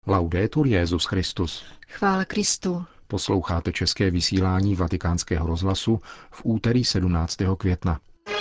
Laudetur Jesus Christus. Chvála Kristu. Posloucháte české vysílání Vatikánského rozhlasu v úterý 17. května.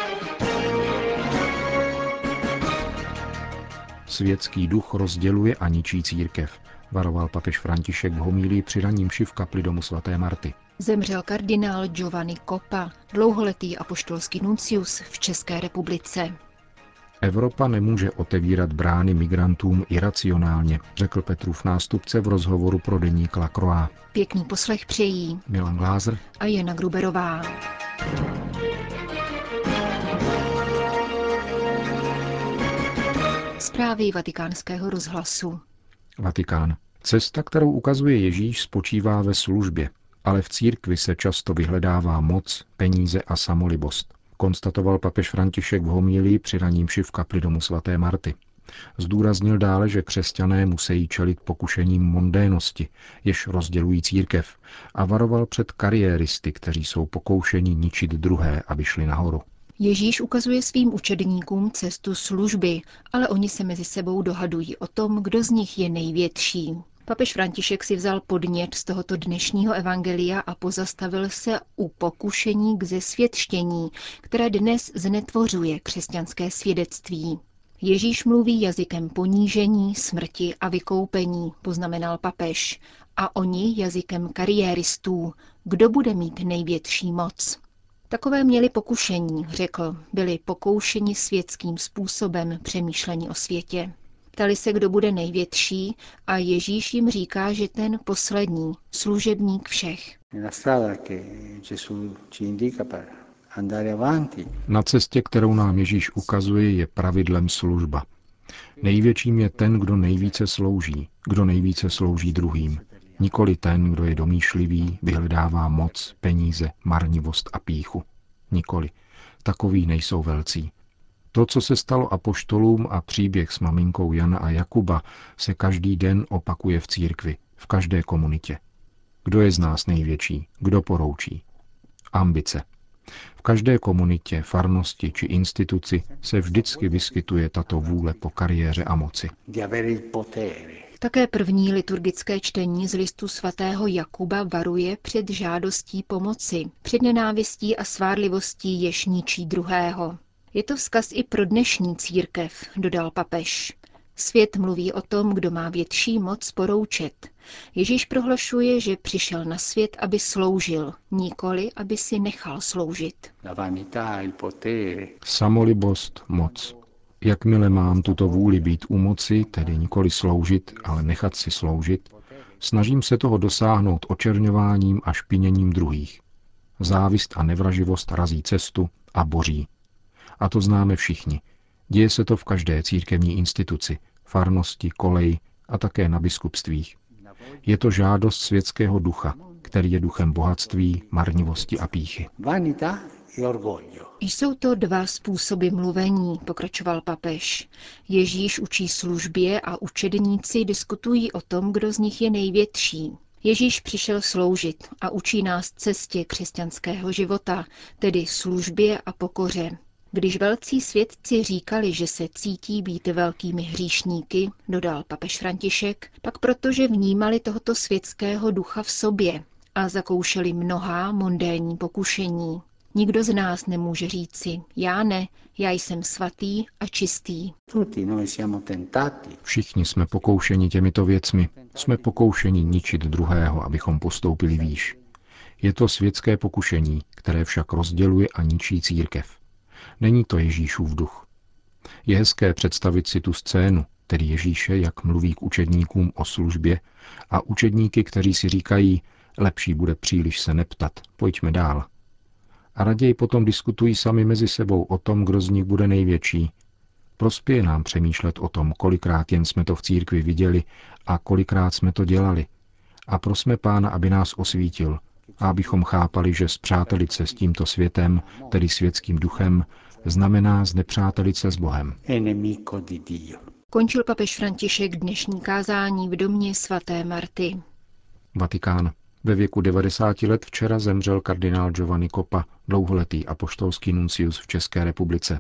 Světský duch rozděluje a ničí církev, varoval papež František v homílii při raní mši v kapli domu svaté Marty. Zemřel kardinál Giovanni Coppa, dlouholetý apoštolský nuncius v České republice. Evropa nemůže otevírat brány migrantům iracionálně, řekl Petrův nástupce v rozhovoru pro deník La Croix. Pěkný poslech přejí Milan Glázer a Jana Gruberová. Zprávy Vatikánského rozhlasu. Vatikán. Cesta, kterou ukazuje Ježíš, spočívá ve službě, ale v církvi se často vyhledává moc, peníze a samolibost, konstatoval papež František v homílii při raní mši v kapli domu svaté Marty. Zdůraznil dále, že křesťané musí čelit pokušením mondénosti, jež rozdělují církev, a varoval před kariéristy, kteří jsou pokoušeni ničit druhé, aby šli nahoru. Ježíš ukazuje svým učedníkům cestu služby, ale oni se mezi sebou dohadují o tom, kdo z nich je největší. Papež František si vzal podnět z tohoto dnešního evangelia a pozastavil se u pokušení k zesvětštění, které dnes znetvořuje křesťanské svědectví. Ježíš mluví jazykem ponížení, smrti a vykoupení, poznamenal papež, a oni jazykem kariéristů, kdo bude mít největší moc. Takové měli pokušení, řekl, byli pokoušeni světským způsobem přemýšlení o světě. Ptali se, kdo bude největší, a Ježíš jim říká, že ten poslední, služebník všech. Na cestě, kterou nám Ježíš ukazuje, je pravidlem služba. Největším je ten, kdo nejvíce slouží druhým. Nikoli ten, kdo je domýšlivý, vyhledává moc, peníze, marnivost a pýchu. Nikoli. Takoví nejsou velcí. To, co se stalo apoštolům a příběh s maminkou Jana a Jakuba, se každý den opakuje v církvi, v každé komunitě. Kdo je z nás největší? Kdo poroučí? Ambice. V každé komunitě, farnosti či instituci se vždycky vyskytuje tato vůle po kariéře a moci. Také první liturgické čtení z listu svatého Jakuba varuje před žádostí pomoci, před nenávistí a svárlivostí, jež ničí druhého. Je to vzkaz i pro dnešní církev, dodal papež. Svět mluví o tom, kdo má větší moc poroučet. Ježíš prohlašuje, že přišel na svět, aby sloužil, nikoli aby si nechal sloužit. Samolibost, moc. Jakmile mám tuto vůli být u moci, tedy nikoli sloužit, ale nechat si sloužit, snažím se toho dosáhnout očerňováním a špiněním druhých. Závist a nevraživost razí cestu a boří. A to známe všichni. Děje se to v každé církevní instituci, farnosti, koleji a také na biskupstvích. Je to žádost světského ducha, který je duchem bohatství, marnivosti a pýchy. Jsou to dva způsoby mluvení, pokračoval papež. Ježíš učí službě a učedníci diskutují o tom, kdo z nich je největší. Ježíš přišel sloužit a učí nás cestě křesťanského života, tedy službě a pokoře. Když velcí svědci říkali, že se cítí být velkými hříšníky, dodal papež František, pak protože vnímali tohoto světského ducha v sobě a zakoušeli mnohá mondénní pokušení. Nikdo z nás nemůže říci, já ne, já jsem svatý a čistý. Všichni jsme pokoušeni těmito věcmi. Jsme pokoušeni ničit druhého, abychom postoupili výš. Je to světské pokušení, které však rozděluje a ničí církev. Není to Ježíšův duch. Je hezké představit si tu scénu, tedy Ježíše, jak mluví k učedníkům o službě, a učedníky, kteří si říkají, lepší bude příliš se neptat, pojďme dál. A raději potom diskutují sami mezi sebou o tom, kdo z nich bude největší. Prospěje nám přemýšlet o tom, kolikrát jen jsme to v církvi viděli a kolikrát jsme to dělali. A prosme Pána, aby nás osvítil a abychom chápali, že spřátelit se s tímto světem, tedy světským duchem, znamená znepřátelit se s Bohem. Končil papež František dnešní kázání v domě svaté Marty. Vatikán. Ve věku 90 let včera zemřel kardinál Giovanni Coppa, dlouholetý apoštolský nuncius v České republice.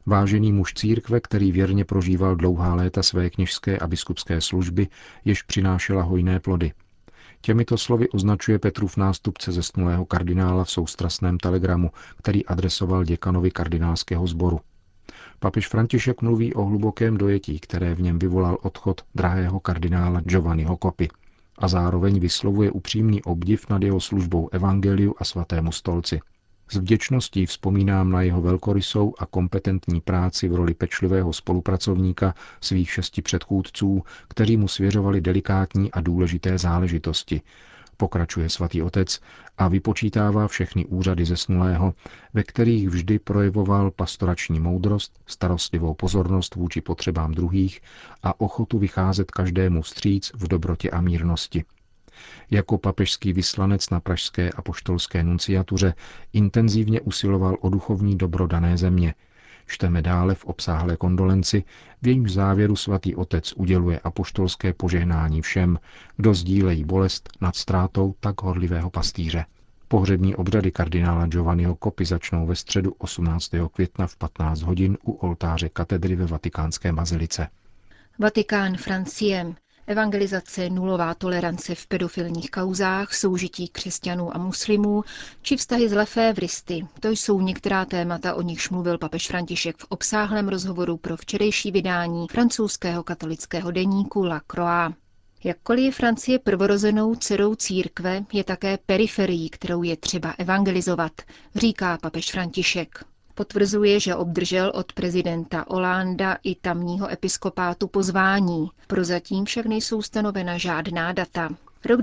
Vážený muž církve, který věrně prožíval dlouhá léta své kněžské a biskupské služby, jež přinášela hojné plody. Těmito slovy označuje Petrův nástupce zesnulého kardinála v soustrasném telegramu, který adresoval děkanovi kardinálského sboru. Papež František mluví o hlubokém dojetí, které v něm vyvolal odchod drahého kardinála Giovanniho Coppi a zároveň vyslovuje upřímný obdiv nad jeho službou evangeliu a svatému stolci. S vděčností vzpomínám na jeho velkorysou a kompetentní práci v roli pečlivého spolupracovníka svých 6 předchůdců, kteří mu svěřovali delikátní a důležité záležitosti, pokračuje svatý otec a vypočítává všechny úřady zesnulého, ve kterých vždy projevoval pastorační moudrost, starostlivou pozornost vůči potřebám druhých a ochotu vycházet každému vstříc v dobrotě a mírnosti. Jako papežský vyslanec na pražské apoštolské nunciatuře intenzivně usiloval o duchovní dobro dané země. Čteme dále v obsáhlé kondolenci, v jejímž závěru svatý otec uděluje apoštolské požehnání všem, kdo sdílejí bolest nad ztrátou tak horlivého pastýře. Pohřební obřady kardinála Giovanniho Coppi začnou ve středu 18. května v 15 hodin u oltáře katedry ve Vatikánské bazilice. Vatikán, Francie. Evangelizace, nulová tolerance v pedofilních kauzách, soužití křesťanů a muslimů či vztahy s lefévristy. To jsou některá témata, o nichž mluvil papež František v obsáhlém rozhovoru pro včerejší vydání francouzského katolického deníku La Croix. Jakkoliv je Francie prvorozenou dcerou církve, je také periferií, kterou je třeba evangelizovat, říká papež František. Potvrzuje, že obdržel od prezidenta Hollandea i tamního episkopátu pozvání. Prozatím však nejsou stanovena žádná data. Rok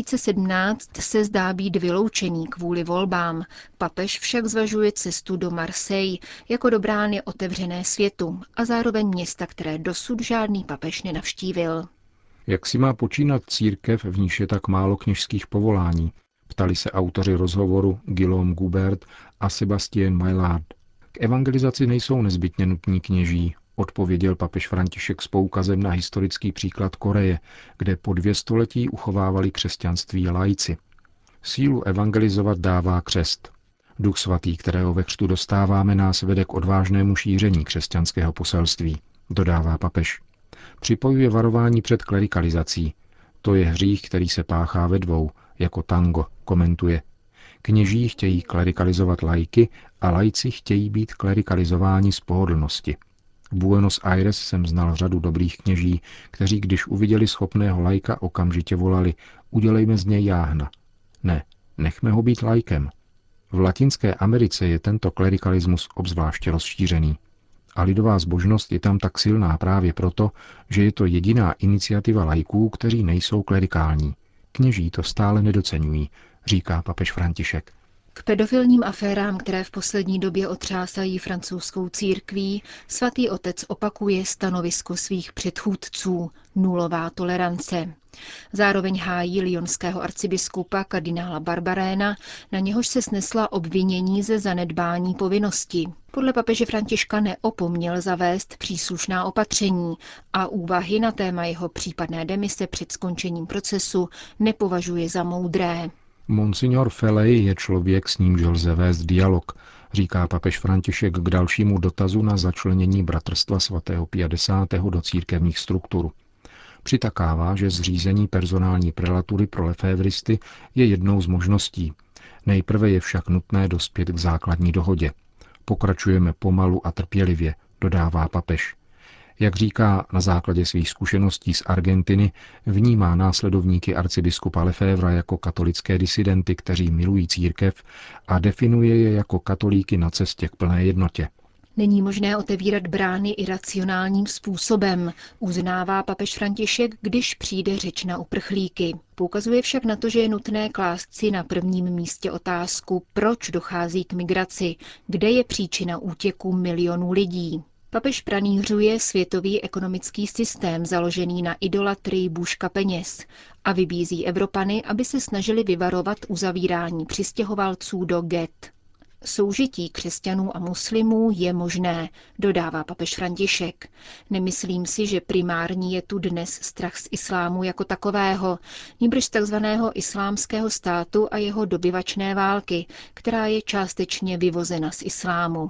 2017 se zdá být vyloučený kvůli volbám. Papež však zvažuje cestu do Marseille jako do brány otevřené světu a zároveň města, které dosud žádný papež nenavštívil. Jak si má počínat církev, v níž je tak málo kněžských povolání? Ptali se autoři rozhovoru Guillaume Goubert a Sébastien Maillard. K evangelizaci nejsou nezbytně nutní kněží, odpověděl papež František s poukazem na historický příklad Koreje, kde po 2 století uchovávali křesťanství laici. Sílu evangelizovat dává křest. Duch svatý, kterého ve křtu dostáváme, nás vede k odvážnému šíření křesťanského poselství, dodává papež. Připojuje varování před klerikalizací. To je hřích, který se páchá ve dvou, jako tango, komentuje. Kněží chtějí klerikalizovat laiky a laici chtějí být klerikalizováni z pohodlnosti. V Buenos Aires jsem znal řadu dobrých kněží, kteří když uviděli schopného laika, okamžitě volali: udělejme z něj jáhna. Ne, nechme ho být laikem. V Latinské Americe je tento klerikalismus obzvláště rozšířený. A lidová zbožnost je tam tak silná právě proto, že je to jediná iniciativa laiků, kteří nejsou klerikální. Kněží to stále nedoceňují, říká papež František. K pedofilním aférám, které v poslední době otřásají francouzskou církví, svatý otec opakuje stanovisko svých předchůdců – nulová tolerance. Zároveň hájí lyonského arcibiskupa kardinála Barbaréna, na něhož se snesla obvinění ze zanedbání povinnosti. Podle papeže Františka neopomněl zavést příslušná opatření a úvahy na téma jeho případné demise před skončením procesu nepovažuje za moudré. Monsignor Felej je člověk, s nímž lze vést dialog, říká papež František k dalšímu dotazu na začlenění bratrstva svatého Pia X. do církevních struktur. Přitakává, že zřízení personální prelatury pro lefévristy je jednou z možností. Nejprve je však nutné dospět k základní dohodě. Pokračujeme pomalu a trpělivě, dodává papež. Jak říká, na základě svých zkušeností z Argentiny vnímá následovníky arcibiskupa Lefevra jako katolické disidenty, kteří milují církev, a definuje je jako katolíky na cestě k plné jednotě. Není možné otevírat brány iracionálním způsobem, uznává papež František, když přijde řeč na uprchlíky. Poukazuje však na to, že je nutné klást si na prvním místě otázku, proč dochází k migraci, kde je příčina útěku milionů lidí. Papež pranýřuje světový ekonomický systém založený na idolatrii bůžka peněz a vybízí Evropany, aby se snažili vyvarovat uzavírání přistěhovalců do get. Soužití křesťanů a muslimů je možné, dodává papež František. Nemyslím si, že primární je tu dnes strach z islámu jako takového, nýbrž z takzvaného islámského státu a jeho dobyvačné války, která je částečně vyvozena z islámu.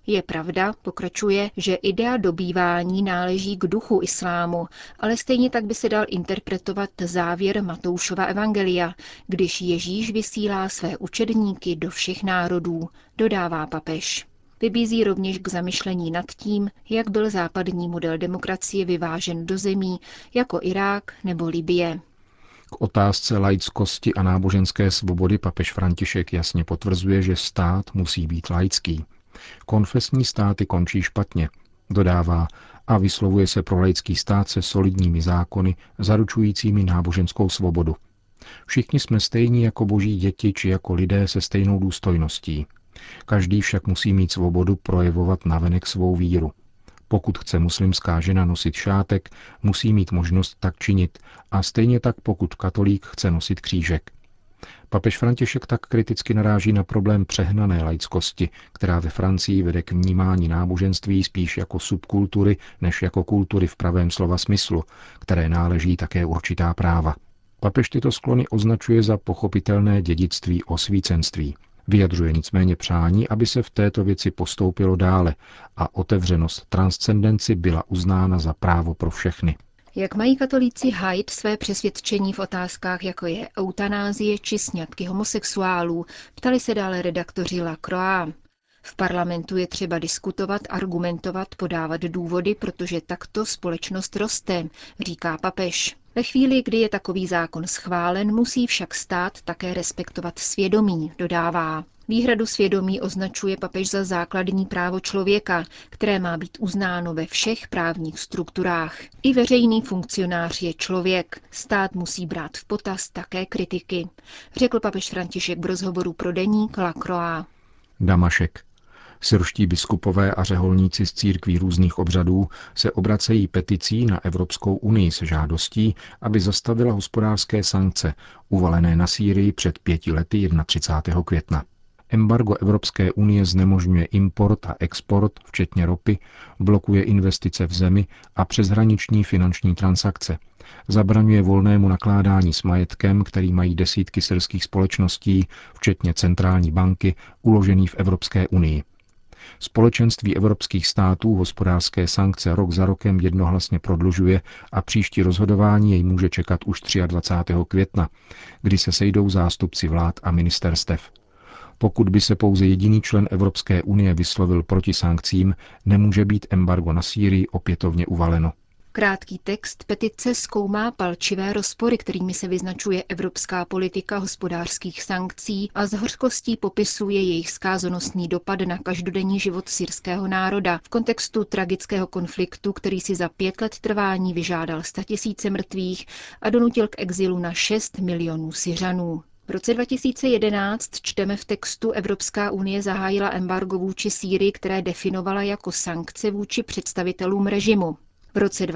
Je pravda, pokračuje, že idea dobývání náleží k duchu islámu, ale stejně tak by se dal interpretovat závěr Matoušova evangelia, když Ježíš vysílá své učedníky do všech národů, dodává papež. Vybízí rovněž k zamyšlení nad tím, jak byl západní model demokracie vyvážen do zemí jako Irák nebo Libye. K otázce laickosti a náboženské svobody papež František jasně potvrzuje, že stát musí být laický. Konfesní státy končí špatně, dodává, a vyslovuje se pro laický stát se solidními zákony zaručujícími náboženskou svobodu. Všichni jsme stejní jako boží děti či jako lidé se stejnou důstojností. Každý však musí mít svobodu projevovat navenek svou víru. Pokud chce muslimská žena nosit šátek, musí mít možnost tak činit a stejně tak pokud katolík chce nosit křížek. Papež František tak kriticky naráží na problém přehnané laickosti, která ve Francii vede k vnímání náboženství spíš jako subkultury než jako kultury v pravém slova smyslu, které náleží také určitá práva. Papež tyto sklony označuje za pochopitelné dědictví osvícenství. Vyjadřuje nicméně přání, aby se v této věci postoupilo dále a otevřenost transcendenci byla uznána za právo pro všechny. Jak mají katolíci hájit své přesvědčení v otázkách, jako je eutanázie či sňatky homosexuálů, ptali se dále redaktoři La Croix. V parlamentu je třeba diskutovat, argumentovat, podávat důvody, protože takto společnost roste, říká papež. Ve chvíli, kdy je takový zákon schválen, musí však stát také respektovat svědomí, dodává. Výhradu svědomí označuje papež za základní právo člověka, které má být uznáno ve všech právních strukturách. I veřejný funkcionář je člověk. Stát musí brát v potaz také kritiky, řekl papež František v rozhovoru pro deník La Croix. Damašek. Syrští biskupové a řeholníci z církví různých obřadů se obracejí peticí na Evropskou unii s žádostí, aby zastavila hospodářské sankce uvalené na Sýrii před 5 lety 31. května. Embargo Evropské unie znemožňuje import a export, včetně ropy, blokuje investice v zemi a přeshraniční finanční transakce. Zabraňuje volnému nakládání s majetkem, který mají desítky syrských společností, včetně centrální banky, uložený v Evropské unii. Společenství evropských států hospodářské sankce rok za rokem jednohlasně prodlužuje a příští rozhodování jej může čekat už 23. května, kdy se sejdou zástupci vlád a ministerstev. Pokud by se pouze jediný člen Evropské unie vyslovil proti sankcím, nemůže být embargo na Sýrii opětovně uvaleno. Krátký text petice zkoumá palčivé rozpory, kterými se vyznačuje evropská politika hospodářských sankcí a s hořkostí popisuje jejich skázonostný dopad na každodenní život syrského národa v kontextu tragického konfliktu, který si za 5 let trvání vyžádal 100 000 mrtvých a donutil k exilu na 6 milionů Syřanů. V roce 2011 čteme v textu Evropská unie zahájila embargo vůči Sýrii, které definovala jako sankce vůči představitelům režimu. V roce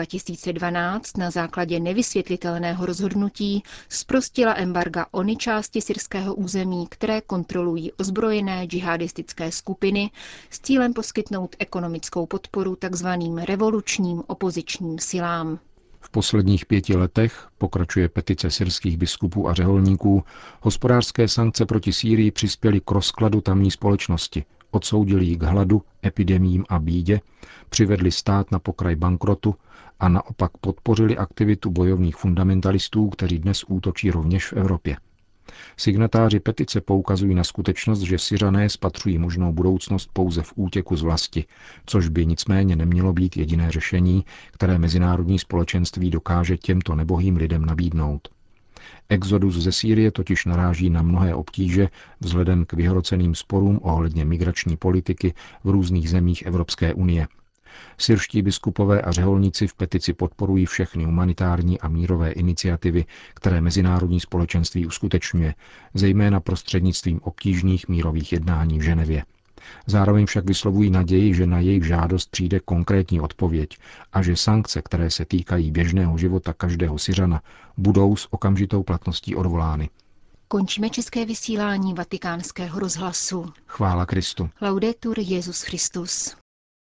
2012 na základě nevysvětlitelného rozhodnutí zprostila embarga ony části syrského území, které kontrolují ozbrojené džihadistické skupiny s cílem poskytnout ekonomickou podporu tzv. Revolučním opozičním silám. V posledních 5 letech, pokračuje petice syrských biskupů a řeholníků, hospodářské sankce proti Sýrii přispěly k rozkladu tamní společnosti, odsoudili ji k hladu, epidemiím a bídě, přivedli stát na pokraj bankrotu a naopak podpořili aktivitu bojovných fundamentalistů, kteří dnes útočí rovněž v Evropě. Signatáři petice poukazují na skutečnost, že Syřané spatřují možnou budoucnost pouze v útěku z vlasti, což by nicméně nemělo být jediné řešení, které mezinárodní společenství dokáže těmto nebohým lidem nabídnout. Exodus ze Sýrie totiž naráží na mnohé obtíže vzhledem k vyhroceným sporům ohledně migrační politiky v různých zemích Evropské unie. Syrští biskupové a řeholníci v petici podporují všechny humanitární a mírové iniciativy, které mezinárodní společenství uskutečňuje, zejména prostřednictvím obtížných mírových jednání v Ženevě. Zároveň však vyslovují naději, že na jejich žádost přijde konkrétní odpověď a že sankce, které se týkají běžného života každého Syřana, budou s okamžitou platností odvolány. Končíme české vysílání Vatikánského rozhlasu. Chvála Kristu. Laudetur Jesus Christus.